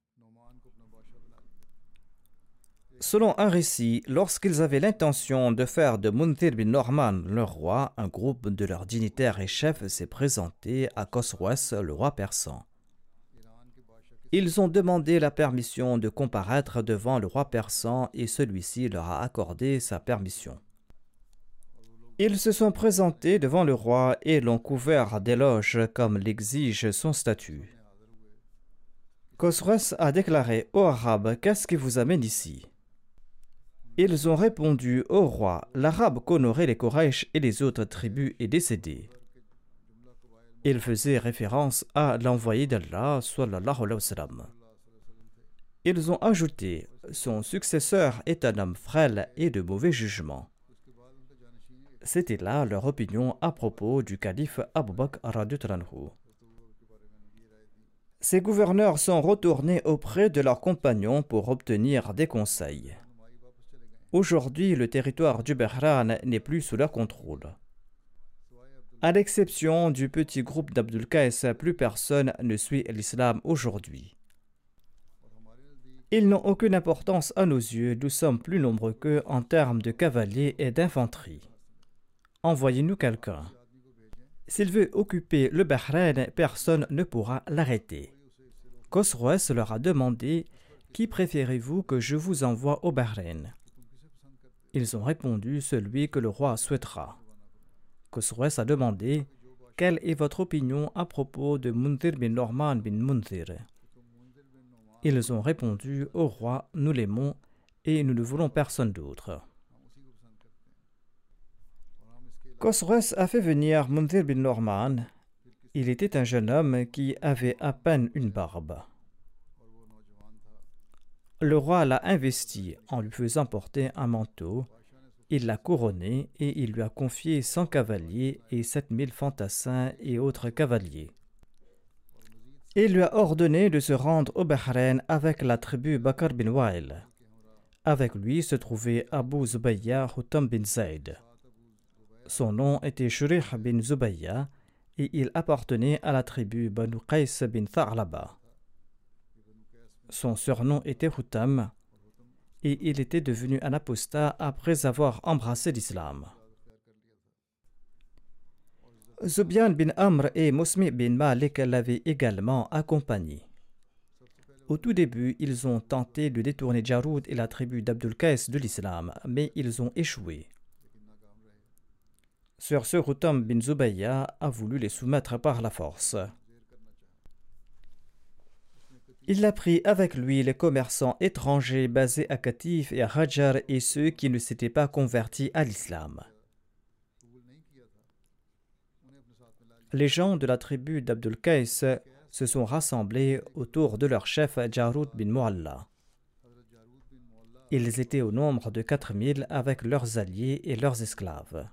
Selon un récit, lorsqu'ils avaient l'intention de faire de Munzir bin Norman leur roi, un groupe de leurs dignitaires et chefs s'est présenté à Khosroès, le roi persan. Ils ont demandé la permission de comparaître devant le roi persan et celui-ci leur a accordé sa permission. Ils se sont présentés devant le roi et l'ont couvert d'éloges comme l'exige son statut. Khosroès a déclaré aux Arabes: « Qu'est-ce qui vous amène ici ?» Ils ont répondu au roi: « L'arabe qu'honorait les Quraysh et les autres tribus est décédé. » Il faisait référence à l'envoyé d'Allah sallallahu alayhi wa sallam. Ils ont ajouté: « Son successeur est un homme frêle et de mauvais jugement. » C'était là leur opinion à propos du calife Abu Bakr radhiyallahu anhu. Ces gouverneurs sont retournés auprès de leurs compagnons pour obtenir des conseils. Aujourd'hui, le territoire du Bahreïn n'est plus sous leur contrôle. À l'exception du petit groupe d'Abdul Qais, plus personne ne suit l'islam aujourd'hui. Ils n'ont aucune importance à nos yeux, nous sommes plus nombreux qu'eux en termes de cavaliers et d'infanterie. Envoyez-nous quelqu'un. S'il veut occuper le Bahreïn, personne ne pourra l'arrêter. Khosroès leur a demandé: « Qui préférez-vous que je vous envoie au Bahreïn ?» Ils ont répondu: « Celui que le roi souhaitera. » Khosroès a demandé: « Quelle est votre opinion à propos de Munzir bin Norman bin Munzir ?» Ils ont répondu au roi: « Nous l'aimons et nous ne voulons personne d'autre. » Khosroès a fait venir Munzir bin Norman. Il était un jeune homme qui avait à peine une barbe. Le roi l'a investi en lui faisant porter un manteau. Il l'a couronné et il lui a confié cent cavaliers et sept mille fantassins et autres cavaliers. Il lui a ordonné de se rendre au Bahreïn avec la tribu Bakr bin Wa'il. Avec lui se trouvait Abu Zubayya Hutam bin Zayd. Son nom était Shurih bin Zubayya et il appartenait à la tribu Banu Qais bin Tha'laba. Son surnom était Hutam et il était devenu un apostat après avoir embrassé l'islam. Zubyan bin Amr et Musmi bin Malik l'avaient également accompagné. Au tout début, ils ont tenté de détourner Jaroud et la tribu d'Abdul Qais de l'islam, mais ils ont échoué. Sur ce, Hutam bin Zubayya a voulu les soumettre par la force. Il a pris avec lui les commerçants étrangers basés à Qatif et à Hajar et ceux qui ne s'étaient pas convertis à l'islam. Les gens de la tribu d'Abdul Qais se sont rassemblés autour de leur chef Jaroud bin Mu'alla. Ils étaient au nombre de quatre mille avec leurs alliés et leurs esclaves.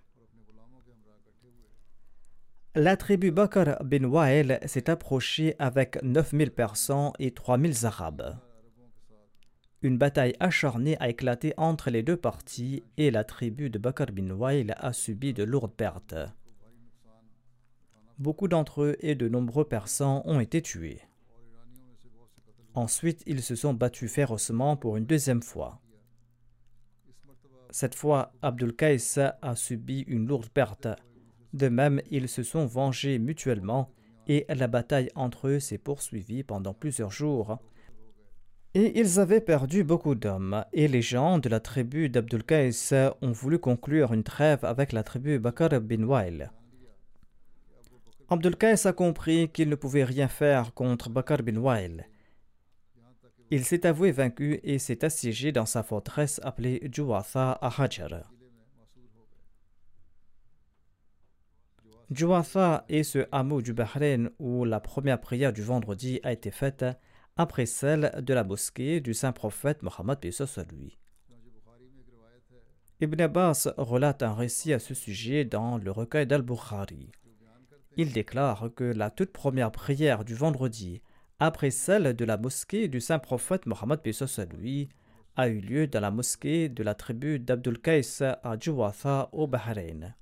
La tribu Bakr bin Wa'il s'est approchée avec neuf mille Persans et trois mille Arabes. Une bataille acharnée a éclaté entre les deux parties et la tribu de Bakr bin Wa'il a subi de lourdes pertes. Beaucoup d'entre eux et de nombreux Persans ont été tués. Ensuite, ils se sont battus férocement pour une deuxième fois. Cette fois, Abdul Qais a subi une lourde perte. De même, ils se sont vengés mutuellement et la bataille entre eux s'est poursuivie pendant plusieurs jours. Et ils avaient perdu beaucoup d'hommes. Et les gens de la tribu d'Abdul Qais ont voulu conclure une trêve avec la tribu Bakr bin Wa'il. Abdul Qais a compris qu'il ne pouvait rien faire contre Bakr bin Wa'il. Il s'est avoué vaincu et s'est assiégé dans sa forteresse appelée Juwatha à Hajar. Juwatha est ce hameau du Bahreïn où la première prière du vendredi a été faite après celle de la mosquée du saint prophète Mohammed paix soit lui. Ibn Abbas relate un récit à ce sujet dans le recueil d'Al-Bukhari. Il déclare que la toute première prière du vendredi, après celle de la mosquée du saint prophète Mohammed paix soit lui, a eu lieu dans la mosquée de la tribu d'Abdul Qais à Juwatha au Bahreïn.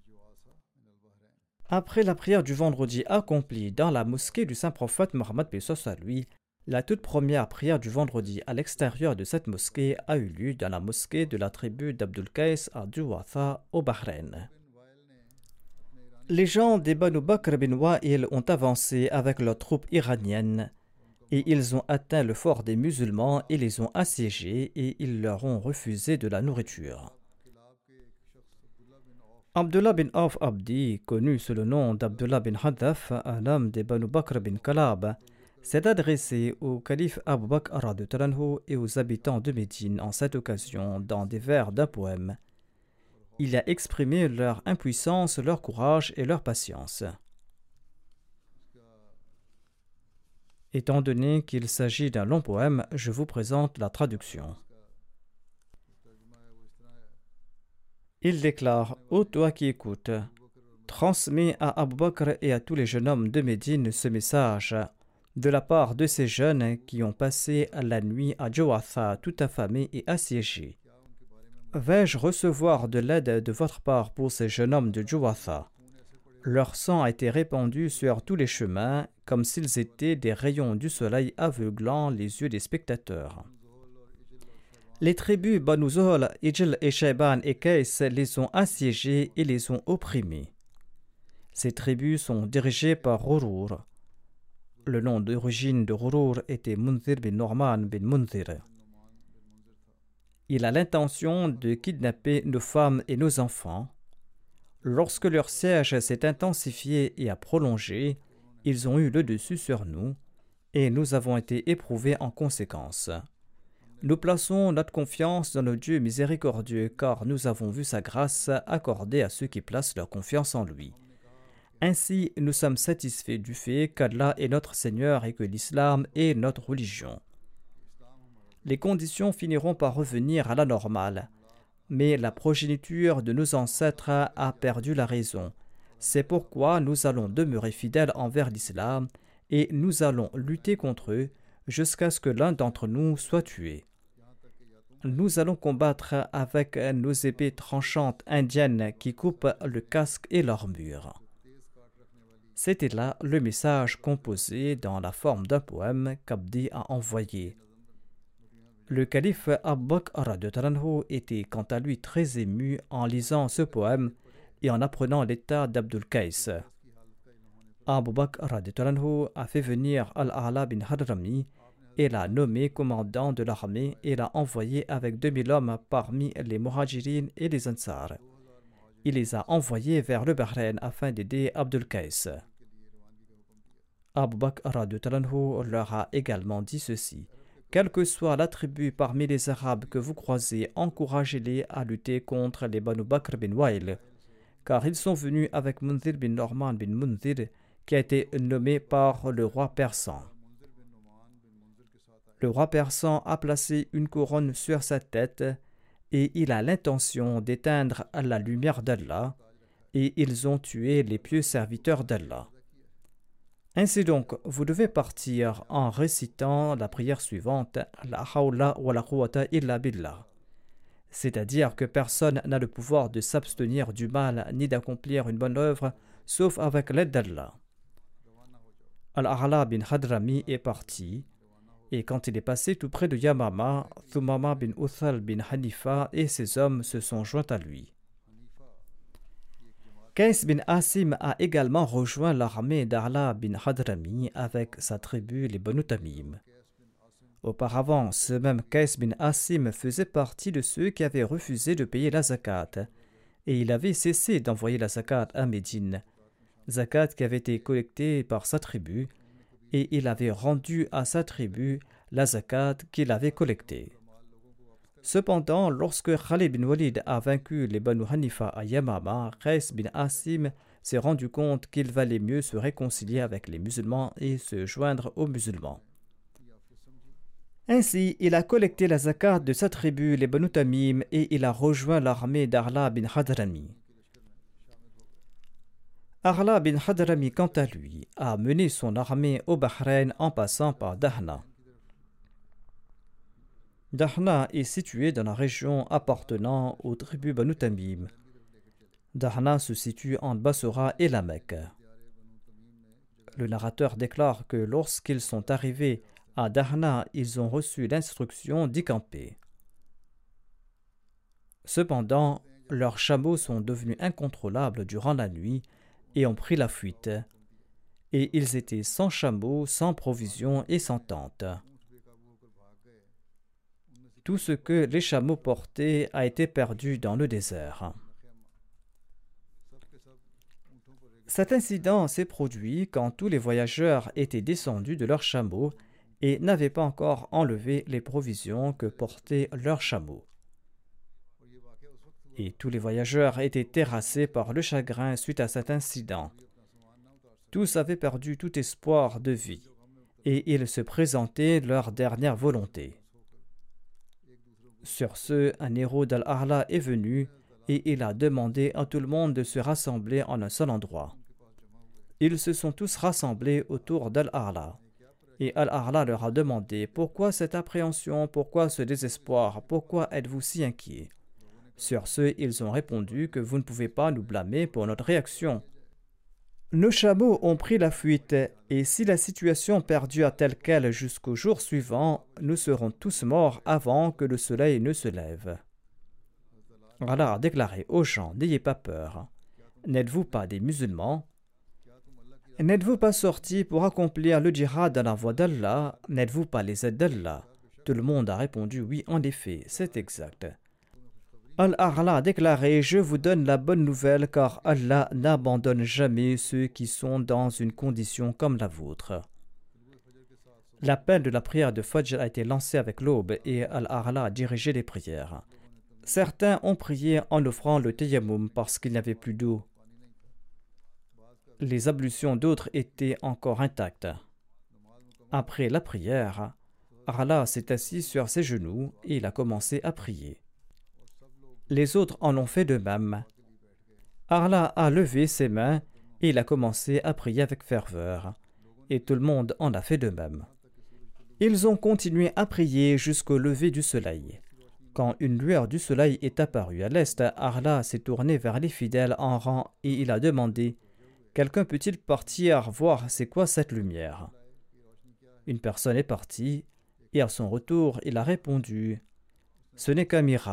Après la prière du vendredi accomplie dans la mosquée du saint prophète Mohammed paix soit lui, la toute première prière du vendredi à l'extérieur de cette mosquée a eu lieu dans la mosquée de la tribu d'Abdul Qais à Juwatha au Bahreïn. Les gens des Banu Bakr bin Wa'il ont avancé avec leurs troupes iraniennes et ils ont atteint le fort des musulmans et les ont assiégés et ils leur ont refusé de la nourriture. Abdullah bin Auf Abdi, connu sous le nom d'Abdullah bin Hadaf, un homme des Banu Bakr bin Kalab, s'est adressé au calife Abu Bakr et aux habitants de Médine en cette occasion dans des vers d'un poème. Il a exprimé leur impuissance, leur courage et leur patience. Étant donné qu'il s'agit d'un long poème, je vous présente la traduction. Il déclare: Ô toi qui écoutes, transmets à Abu Bakr et à tous les jeunes hommes de Médine ce message de la part de ces jeunes qui ont passé la nuit à Juwatha tout affamés et assiégés. Vais-je recevoir de l'aide de votre part pour ces jeunes hommes de Juwatha? Leur sang a été répandu sur tous les chemins comme s'ils étaient des rayons du soleil aveuglant les yeux des spectateurs. Les tribus Banu Zuhl, Ijl et Shayban et Qais les ont assiégés et les ont opprimés. Ces tribus sont dirigées par Ghurur. Le nom d'origine de Ghurur était Munzir bin Norman bin Munzir. Il a l'intention de kidnapper nos femmes et nos enfants. Lorsque leur siège s'est intensifié et a prolongé, ils ont eu le dessus sur nous et nous avons été éprouvés en conséquence. Nous plaçons notre confiance dans le Dieu miséricordieux car nous avons vu sa grâce accordée à ceux qui placent leur confiance en lui. Ainsi, nous sommes satisfaits du fait qu'Allah est notre Seigneur et que l'islam est notre religion. Les conditions finiront par revenir à la normale, mais la progéniture de nos ancêtres a perdu la raison. C'est pourquoi nous allons demeurer fidèles envers l'islam et nous allons lutter contre eux jusqu'à ce que l'un d'entre nous soit tué. Nous allons combattre avec nos épées tranchantes indiennes qui coupent le casque et l'armure. C'était là le message composé dans la forme d'un poème qu'Abdi a envoyé. Le calife Abu Bakr était quant à lui très ému en lisant ce poème et en apprenant l'état d'Abdul Qais. Abu Bakr a fait venir Al-A'la bin Hadrami et l'a nommé commandant de l'armée et l'a envoyé avec deux mille hommes parmi les Muhajirin et les Ansar. Il les a envoyés vers le Bahreïn afin d'aider Abdul Qais. Abu Bakr leur a également dit ceci: quelle que soit la tribu parmi les Arabes que vous croisez, encouragez-les à lutter contre les Banu Bakr bin Wa'il, car ils sont venus avec Munzir bin Norman bin Munzir, qui a été nommé par le roi persan. Le roi persan a placé une couronne sur sa tête et il a l'intention d'éteindre la lumière d'Allah, et ils ont tué les pieux serviteurs d'Allah. Ainsi donc, vous devez partir en récitant la prière suivante, La hawla wa la quwwata illa billah. C'est-à-dire que personne n'a le pouvoir de s'abstenir du mal ni d'accomplir une bonne œuvre, sauf avec l'aide d'Allah. Al-A'la bin Hadrami est parti, et quand il est passé tout près de Yamama, Thumama bin Uthal bin Hanifa et ses hommes se sont joints à lui. Qais bin Asim a également rejoint l'armée d'A'la bin Hadrami avec sa tribu les Banu Tamim. Auparavant, ce même Qais bin Asim faisait partie de ceux qui avaient refusé de payer la zakat, et il avait cessé d'envoyer la zakat à Médine, zakat qui avait été collectée par sa tribu, et il avait rendu à sa tribu la zakat qu'il avait collectée. Cependant, lorsque Khalid bin Walid a vaincu les Banu Hanifa à Yamama, Qais bin Asim s'est rendu compte qu'il valait mieux se réconcilier avec les musulmans et se joindre aux musulmans. Ainsi, il a collecté la zakat de sa tribu, les Banu Tamim, et il a rejoint l'armée d'Arla bin Hadrami. Arla bin Hadrami, quant à lui, a mené son armée au Bahreïn en passant par Dahna. Dahna est situé dans la région appartenant aux tribus Banu Tamim. Dahna se situe entre Bassora et la Mecque. Le narrateur déclare que lorsqu'ils sont arrivés à Dahna, ils ont reçu l'instruction d'y camper. Cependant, leurs chameaux sont devenus incontrôlables durant la nuit et ont pris la fuite, et ils étaient sans chameaux, sans provisions et sans tentes. Tout ce que les chameaux portaient a été perdu dans le désert. Cet incident s'est produit quand tous les voyageurs étaient descendus de leurs chameaux et n'avaient pas encore enlevé les provisions que portaient leurs chameaux. Et tous les voyageurs étaient terrassés par le chagrin suite à cet incident. Tous avaient perdu tout espoir de vie, et ils se présentaient leur dernière volonté. Sur ce, un héros d'Al-Arla est venu et il a demandé à tout le monde de se rassembler en un seul endroit. Ils se sont tous rassemblés autour d'Al-Arla. Et Al-Arla leur a demandé « Pourquoi cette appréhension? Pourquoi ce désespoir? Pourquoi êtes-vous si inquiets ?» Sur ce, ils ont répondu que vous ne pouvez pas nous blâmer pour notre réaction. Nos chameaux ont pris la fuite, et si la situation perdura telle quelle jusqu'au jour suivant, nous serons tous morts avant que le soleil ne se lève. Allah a déclaré aux gens, n'ayez pas peur. N'êtes-vous pas des musulmans? N'êtes-vous pas sortis pour accomplir le djihad dans la voie d'Allah? N'êtes-vous pas les aides d'Allah? Tout le monde a répondu oui, en effet, c'est exact. Al-Arla a déclaré « Je vous donne la bonne nouvelle car Allah n'abandonne jamais ceux qui sont dans une condition comme la vôtre. » L'appel de la prière de Fajr a été lancé avec l'aube et Al-Arla a dirigé les prières. Certains ont prié en offrant le tayammum parce qu'il n'y avait plus d'eau. Les ablutions d'autres étaient encore intactes. Après la prière, Arla s'est assis sur ses genoux et il a commencé à prier. Les autres en ont fait de même. Arla a levé ses mains et il a commencé à prier avec ferveur. Et tout le monde en a fait de même. Ils ont continué à prier jusqu'au lever du soleil. Quand une lueur du soleil est apparue à l'est, Arla s'est tourné vers les fidèles en rang et il a demandé « Quelqu'un peut-il partir voir c'est quoi cette lumière ?» Une personne est partie et à son retour, il a répondu « Ce n'est qu'un mirage. »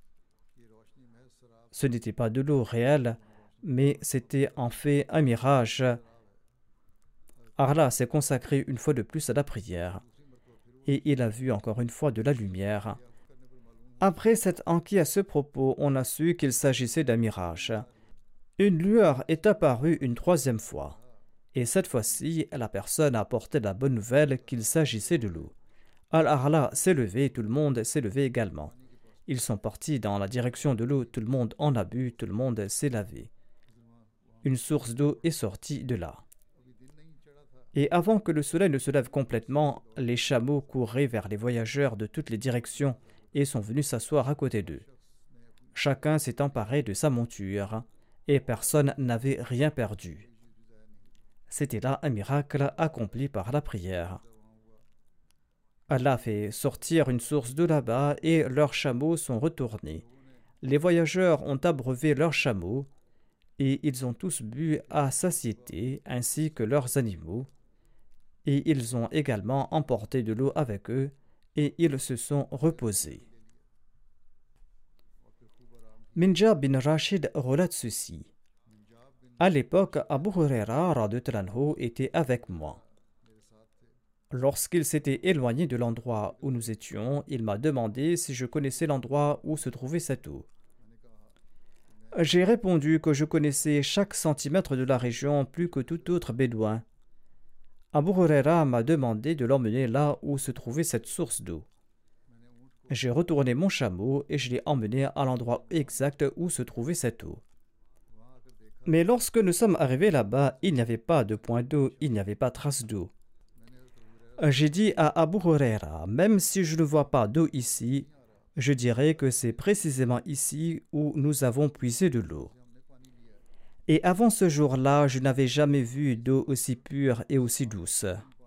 Ce n'était pas de l'eau réelle, mais c'était en fait un mirage. Arla s'est consacré une fois de plus à la prière, et il a vu encore une fois de la lumière. Après s'être enquis à ce propos, on a su qu'il s'agissait d'un mirage. Une lueur est apparue une troisième fois, et cette fois-ci, la personne a apporté la bonne nouvelle qu'il s'agissait de l'eau. Al-Arla s'est levé et tout le monde s'est levé également. Ils sont partis dans la direction de l'eau, tout le monde en a bu, tout le monde s'est lavé. Une source d'eau est sortie de là. Et avant que le soleil ne se lève complètement, les chameaux couraient vers les voyageurs de toutes les directions et sont venus s'asseoir à côté d'eux. Chacun s'est emparé de sa monture et personne n'avait rien perdu. C'était là un miracle accompli par la prière. Allah a fait sortir une source de là-bas et leurs chameaux sont retournés. Les voyageurs ont abreuvé leurs chameaux et ils ont tous bu à satiété ainsi que leurs animaux. Et ils ont également emporté de l'eau avec eux et ils se sont reposés. Minjab bin Rashid relate ceci. À l'époque, Abu Huraira radhiyallahu anhu était avec moi. Lorsqu'il s'était éloigné de l'endroit où nous étions, il m'a demandé si je connaissais l'endroit où se trouvait cette eau. J'ai répondu que je connaissais chaque centimètre de la région plus que tout autre bédouin. Abu Huraira m'a demandé de l'emmener là où se trouvait cette source d'eau. J'ai retourné mon chameau et je l'ai emmené à l'endroit exact où se trouvait cette eau. Mais lorsque nous sommes arrivés là-bas, il n'y avait pas de point d'eau, il n'y avait pas trace d'eau. J'ai dit à Abu Huraira, même si je ne vois pas d'eau ici, je dirais que c'est précisément ici où nous avons puisé de l'eau. Et avant ce jour-là, je n'avais jamais vu d'eau aussi pure et aussi douce.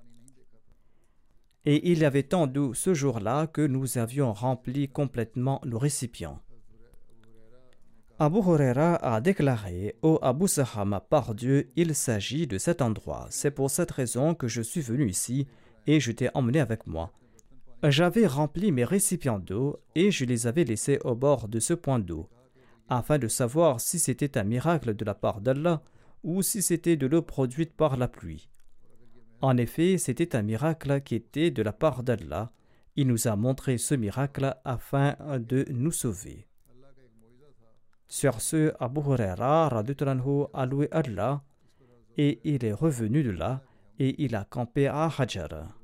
Et il y avait tant d'eau ce jour-là que nous avions rempli complètement nos récipients. Abu Huraira a déclaré: Ô Abu Sahama, par Dieu, il s'agit de cet endroit. C'est pour cette raison que je suis venu ici et je t'ai emmené avec moi. J'avais rempli mes récipients d'eau et je les avais laissés au bord de ce point d'eau, afin de savoir si c'était un miracle de la part d'Allah ou si c'était de l'eau produite par la pluie. En effet, c'était un miracle qui était de la part d'Allah. Il nous a montré ce miracle afin de nous sauver. Sur ce, Abu Huraira radhiyallahu anhu a loué Allah et il est revenu de là et il a campé à Hajar.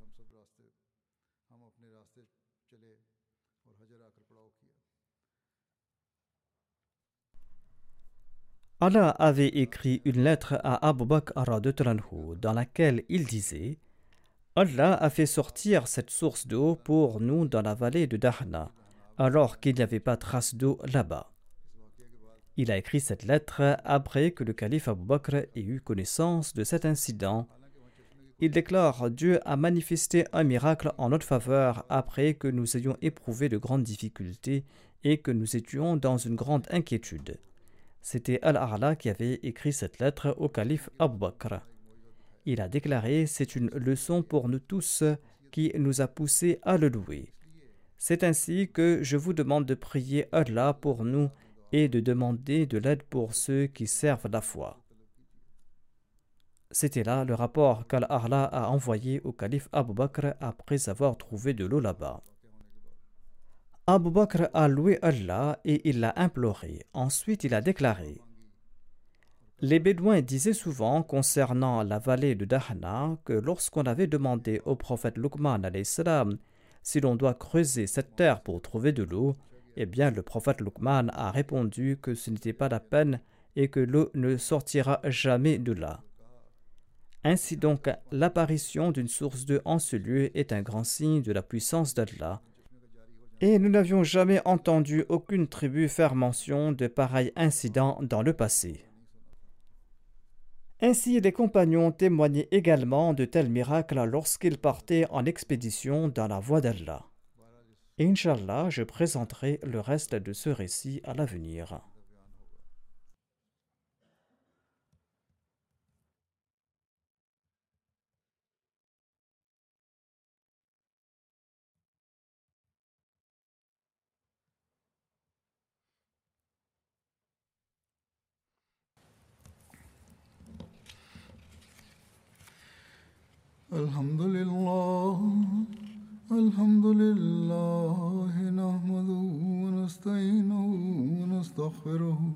Allah avait écrit une lettre à Abu Bakr radhiyallahu anhu dans laquelle il disait: Allah a fait sortir cette source d'eau pour nous dans la vallée de Dahna, alors qu'il n'y avait pas trace d'eau là-bas. Il a écrit cette lettre après que le calife Abu Bakr ait eu connaissance de cet incident. Il déclare: Dieu a manifesté un miracle en notre faveur après que nous ayons éprouvé de grandes difficultés et que nous étions dans une grande inquiétude. C'était Al-A'la qui avait écrit cette lettre au calife Abu Bakr. Il a déclaré: c'est une leçon pour nous tous qui nous a poussés à le louer. C'est ainsi que je vous demande de prier Allah pour nous et de demander de l'aide pour ceux qui servent la foi. C'était là le rapport qu'Al-A'la a envoyé au calife Abu Bakr après avoir trouvé de l'eau là-bas. Abu Bakr a loué Allah et il l'a imploré. Ensuite, il a déclaré: les Bédouins disaient souvent concernant la vallée de Dahna que lorsqu'on avait demandé au prophète Luqman alayhi salam si l'on doit creuser cette terre pour trouver de l'eau, eh bien le prophète Luqman a répondu que ce n'était pas la peine et que l'eau ne sortira jamais de là. Ainsi donc, l'apparition d'une source d'eau en ce lieu est un grand signe de la puissance d'Allah. Et nous n'avions jamais entendu aucune tribu faire mention de pareils incidents dans le passé. Ainsi, les compagnons témoignaient également de tels miracles lorsqu'ils partaient en expédition dans la voie d'Allah. Et Inch'Allah, je présenterai le reste de ce récit à l'avenir. Alhamdulillah, alhamdulillah, nahmaduhu wa nasta'inuhu wa nastaghfiruhu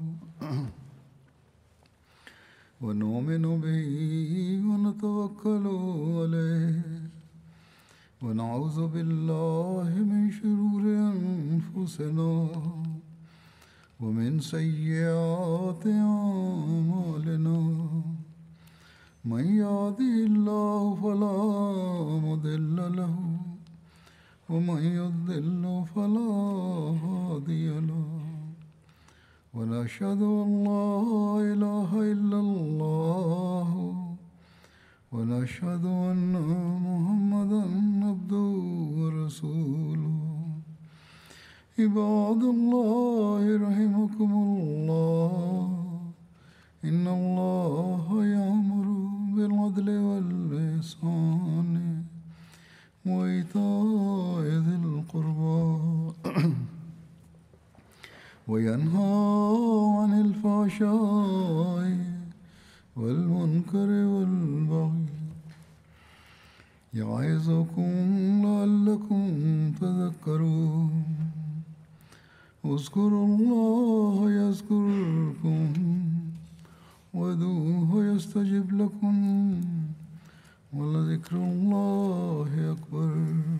wa nu'minu bihi wa natawakkalu alayhi wa na'udhu billahi min shururi anfusina wa min sayyiati a'malina. من يهده الله فلا مضل له ومن يضلل فلا هادي له ونشهد أن لا إله إلا الله ونشهد أن محمدا عبده ورسوله عباد الله رحمكم الله إن الله يأمر بالعدل والإحسان وإيتاء ذي القربى وينهى عن الفحشاء والمنكر والبغي يعظكم لعلكم تذكرون اذكروا الله يذكركم وادعوه يستجب لكم ولذكر الله أكبر.